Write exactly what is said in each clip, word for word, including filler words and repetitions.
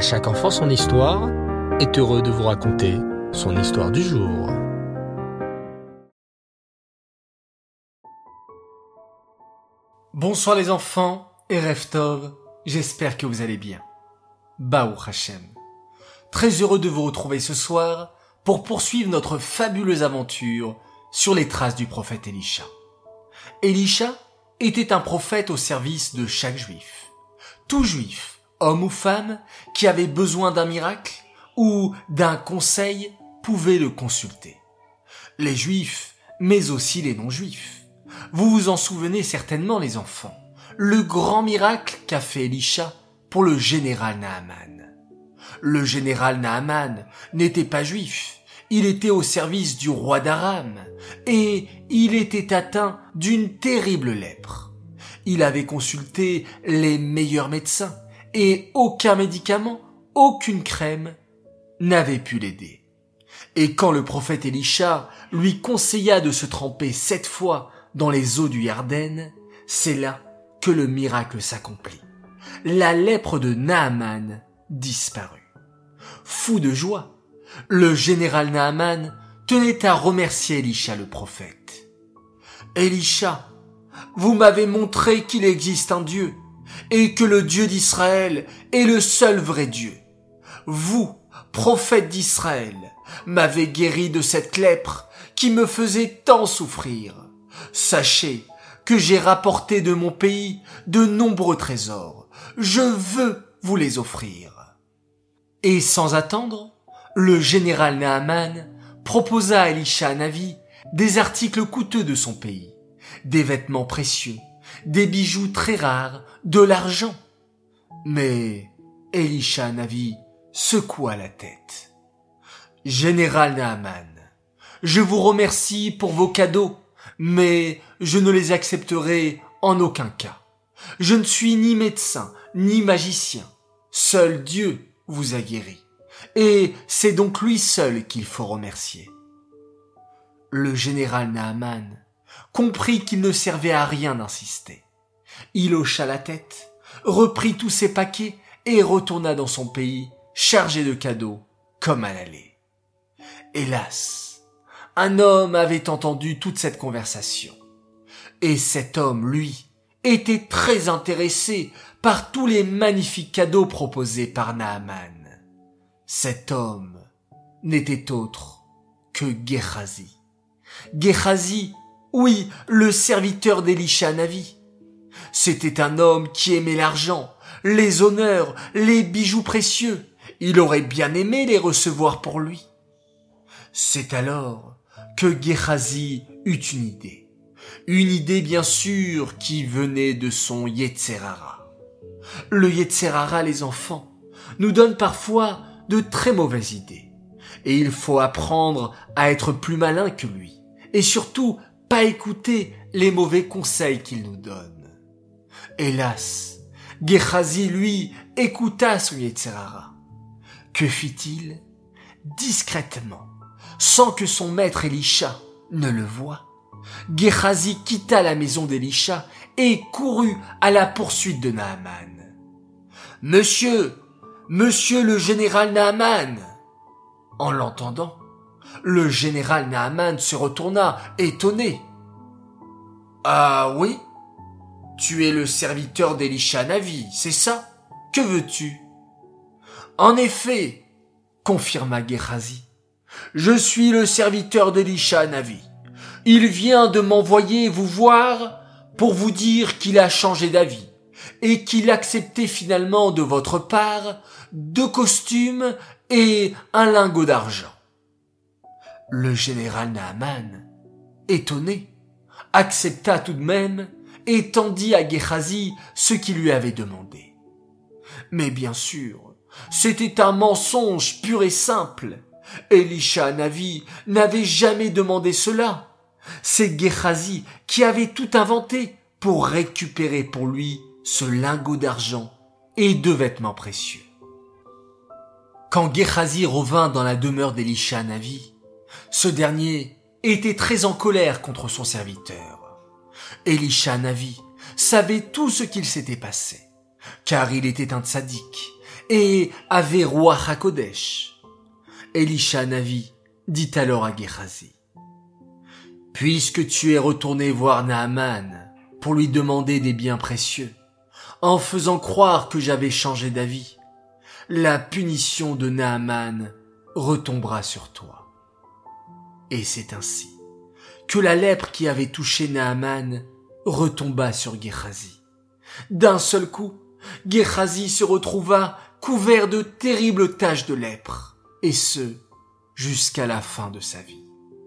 À chaque enfant son histoire est heureux de vous raconter son histoire du jour. Bonsoir les enfants et Rev Tov, j'espère que vous allez bien. Baruch Hashem. Très heureux de vous retrouver ce soir pour poursuivre notre fabuleuse aventure sur les traces du prophète Élisha. Élisha était un prophète au service de chaque juif. Tout juif, homme ou femme, qui avait besoin d'un miracle ou d'un conseil pouvait le consulter. Les juifs, mais aussi les non-juifs. Vous vous en souvenez certainement les enfants, le grand miracle qu'a fait Élisha pour le général Naaman. Le général Naaman n'était pas juif, il était au service du roi d'Aram et il était atteint d'une terrible lèpre. Il avait consulté les meilleurs médecins et aucun médicament, aucune crème n'avait pu l'aider. Et quand le prophète Élisha lui conseilla de se tremper sept fois dans les eaux du Yarden, c'est là que le miracle s'accomplit. La lèpre de Naaman disparut. Fou de joie, le général Naaman tenait à remercier Élisha le prophète. « Élisha, vous m'avez montré qu'il existe un Dieu et que le Dieu d'Israël est le seul vrai Dieu. Vous, prophète d'Israël, m'avez guéri de cette lèpre qui me faisait tant souffrir. Sachez que j'ai rapporté de mon pays de nombreux trésors. Je veux vous les offrir. » Et sans attendre, le général Naaman proposa à Élisha Hanavi des articles coûteux de son pays, des vêtements précieux, des bijoux très rares, de l'argent. Mais Élisha Hanavi secoua la tête. « Général Naaman, je vous remercie pour vos cadeaux, mais je ne les accepterai en aucun cas. Je ne suis ni médecin, ni magicien. Seul Dieu vous a guéri. Et c'est donc lui seul qu'il faut remercier. » Le général Naaman comprit qu'il ne servait à rien d'insister. Il hocha la tête, reprit tous ses paquets et retourna dans son pays chargé de cadeaux comme à l'aller. Hélas, un homme avait entendu toute cette conversation. Et cet homme, lui, était très intéressé par tous les magnifiques cadeaux proposés par Naaman. Cet homme n'était autre que Géhazi. Géhazi, oui, le serviteur d'Élisha Hanavi. C'était un homme qui aimait l'argent, les honneurs, les bijoux précieux. Il aurait bien aimé les recevoir pour lui. C'est alors que Géhazi eut une idée. Une idée bien sûr qui venait de son Yetzer Hara. Le Yetzer Hara, les enfants, nous donne parfois de très mauvaises idées. Et il faut apprendre à être plus malin que lui. Et surtout, pas écouter les mauvais conseils qu'il nous donne. Hélas, Géhazi, lui, écouta son Yetzer Hara. Que fit-il? Discrètement, sans que son maître Élisha ne le voie, Géhazi quitta la maison d'Élisha et courut à la poursuite de Naaman. « Monsieur, monsieur le général Naaman !» En l'entendant, le général Naaman se retourna, étonné. « Ah oui, tu es le serviteur d'Élisha Hanavi, c'est ça? Que veux-tu » ? « En effet, confirma Géhazi, je suis le serviteur d'Élisha Hanavi. Il vient de m'envoyer vous voir pour vous dire qu'il a changé d'avis et qu'il acceptait finalement de votre part deux costumes et un lingot d'argent. » Le général Naaman, étonné, accepta tout de même et tendit à Géhazi ce qu'il lui avait demandé. Mais bien sûr, c'était un mensonge pur et simple. Élisha Hanavi n'avait jamais demandé cela. C'est Géhazi qui avait tout inventé pour récupérer pour lui ce lingot d'argent et deux vêtements précieux. Quand Géhazi revint dans la demeure d'Élisha Hanavi, ce dernier était très en colère contre son serviteur. Élisha Hanavi savait tout ce qu'il s'était passé, car il était un tzaddik et avait Ruach HaKodesh. Elisha Hanavi dit alors à Géhazi: puisque tu es retourné voir Naaman pour lui demander des biens précieux, en faisant croire que j'avais changé d'avis, la punition de Naaman retombera sur toi. Et c'est ainsi que la lèpre qui avait touché Naaman retomba sur Géhazi. D'un seul coup, Géhazi se retrouva couvert de terribles taches de lèpre, et ce, jusqu'à la fin de sa vie.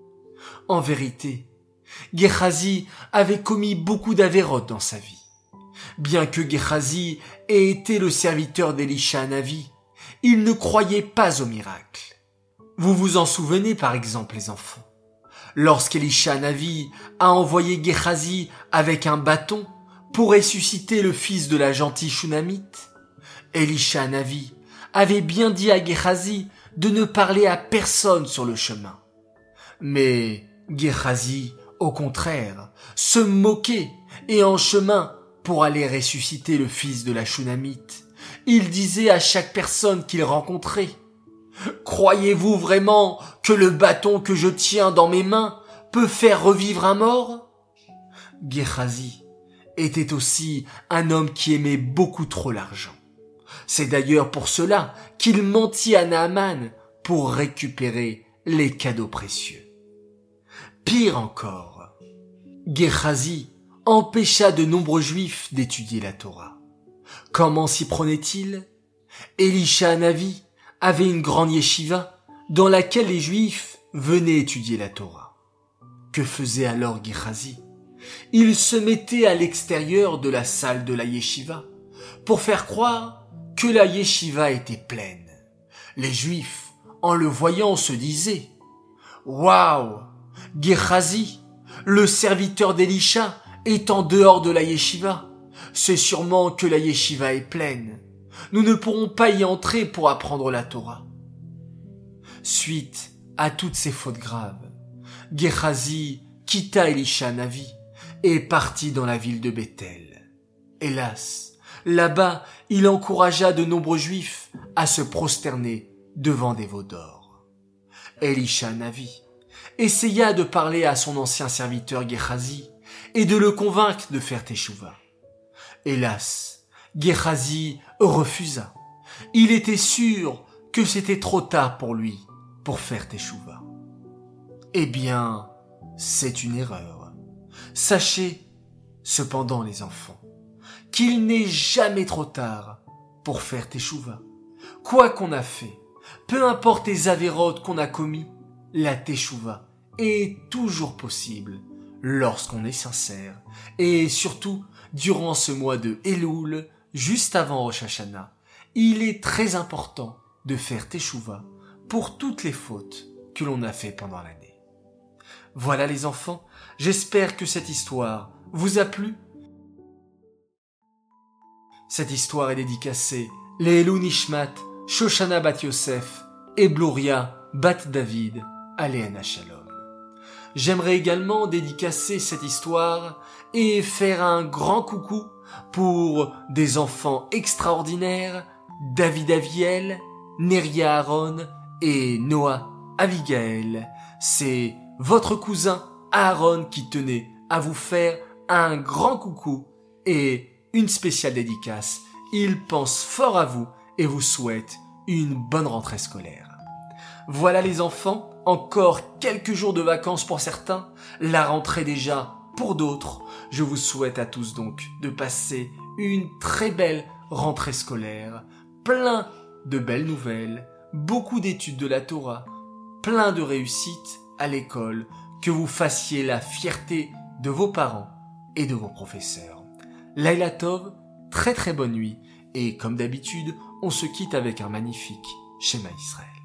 En vérité, Géhazi avait commis beaucoup d'avérotes dans sa vie. Bien que Géhazi ait été le serviteur d'Elisha Hanavi, il ne croyait pas au miracle. Vous vous en souvenez par exemple, les enfants, lorsqu'Elisha Hanavi a envoyé Géhazi avec un bâton pour ressusciter le fils de la gentille Shunamite, Elisha Hanavi avait bien dit à Géhazi de ne parler à personne sur le chemin. Mais Géhazi, au contraire, se moquait et en chemin, pour aller ressusciter le fils de la Shunamite, il disait à chaque personne qu'il rencontrait: « Croyez-vous vraiment que le bâton que je tiens dans mes mains peut faire revivre un mort ?» Géhazi était aussi un homme qui aimait beaucoup trop l'argent. C'est d'ailleurs pour cela qu'il mentit à Naaman pour récupérer les cadeaux précieux. Pire encore, Géhazi empêcha de nombreux juifs d'étudier la Torah. Comment s'y prenait-il? Elisha Hanavi avait une grande yeshiva dans laquelle les juifs venaient étudier la Torah. Que faisait alors Géhazi? Il se mettait à l'extérieur de la salle de la yeshiva pour faire croire que la yeshiva était pleine. Les juifs, en le voyant, se disaient: « Waouh! Géhazi, le serviteur d'Elisha, est en dehors de la yeshiva. C'est sûrement que la yeshiva est pleine. Nous ne pourrons pas y entrer pour apprendre la Torah. » Suite à toutes ces fautes graves, Géhazi quitta Elisha Hanavi et partit dans la ville de Béthel. Hélas, là-bas, il encouragea de nombreux juifs à se prosterner devant des veaux d'or. Elisha Hanavi essaya de parler à son ancien serviteur Géhazi et de le convaincre de faire teshuva. Hélas, Géhazi refusa. Il était sûr que c'était trop tard pour lui pour faire teshuva. Eh bien, c'est une erreur. Sachez, cependant les enfants, qu'il n'est jamais trop tard pour faire teshuva. Quoi qu'on a fait, peu importe les avérotes qu'on a commis, la teshuva est toujours possible lorsqu'on est sincère, et surtout durant ce mois de Elul, juste avant Rosh Hashanah, il est très important de faire teshuva pour toutes les fautes que l'on a fait pendant l'année. Voilà les enfants, j'espère que cette histoire vous a plu. Cette histoire est dédicacée Le'elu Nishmat, Shoshana Bat Yosef et Bloria Bat David, Aléana Shalom. J'aimerais également dédicacer cette histoire et faire un grand coucou pour des enfants extraordinaires, David Aviel, Neria Aaron et Noah Abigail. C'est votre cousin Aaron qui tenait à vous faire un grand coucou et une spéciale dédicace. Il pense fort à vous et vous souhaite une bonne rentrée scolaire. Voilà les enfants, encore quelques jours de vacances pour certains, la rentrée déjà pour d'autres. Je vous souhaite à tous donc de passer une très belle rentrée scolaire, plein de belles nouvelles, beaucoup d'études de la Torah, plein de réussites à l'école, que vous fassiez la fierté de vos parents et de vos professeurs. Laila Tov, très très bonne nuit, et comme d'habitude, on se quitte avec un magnifique Shema Israël.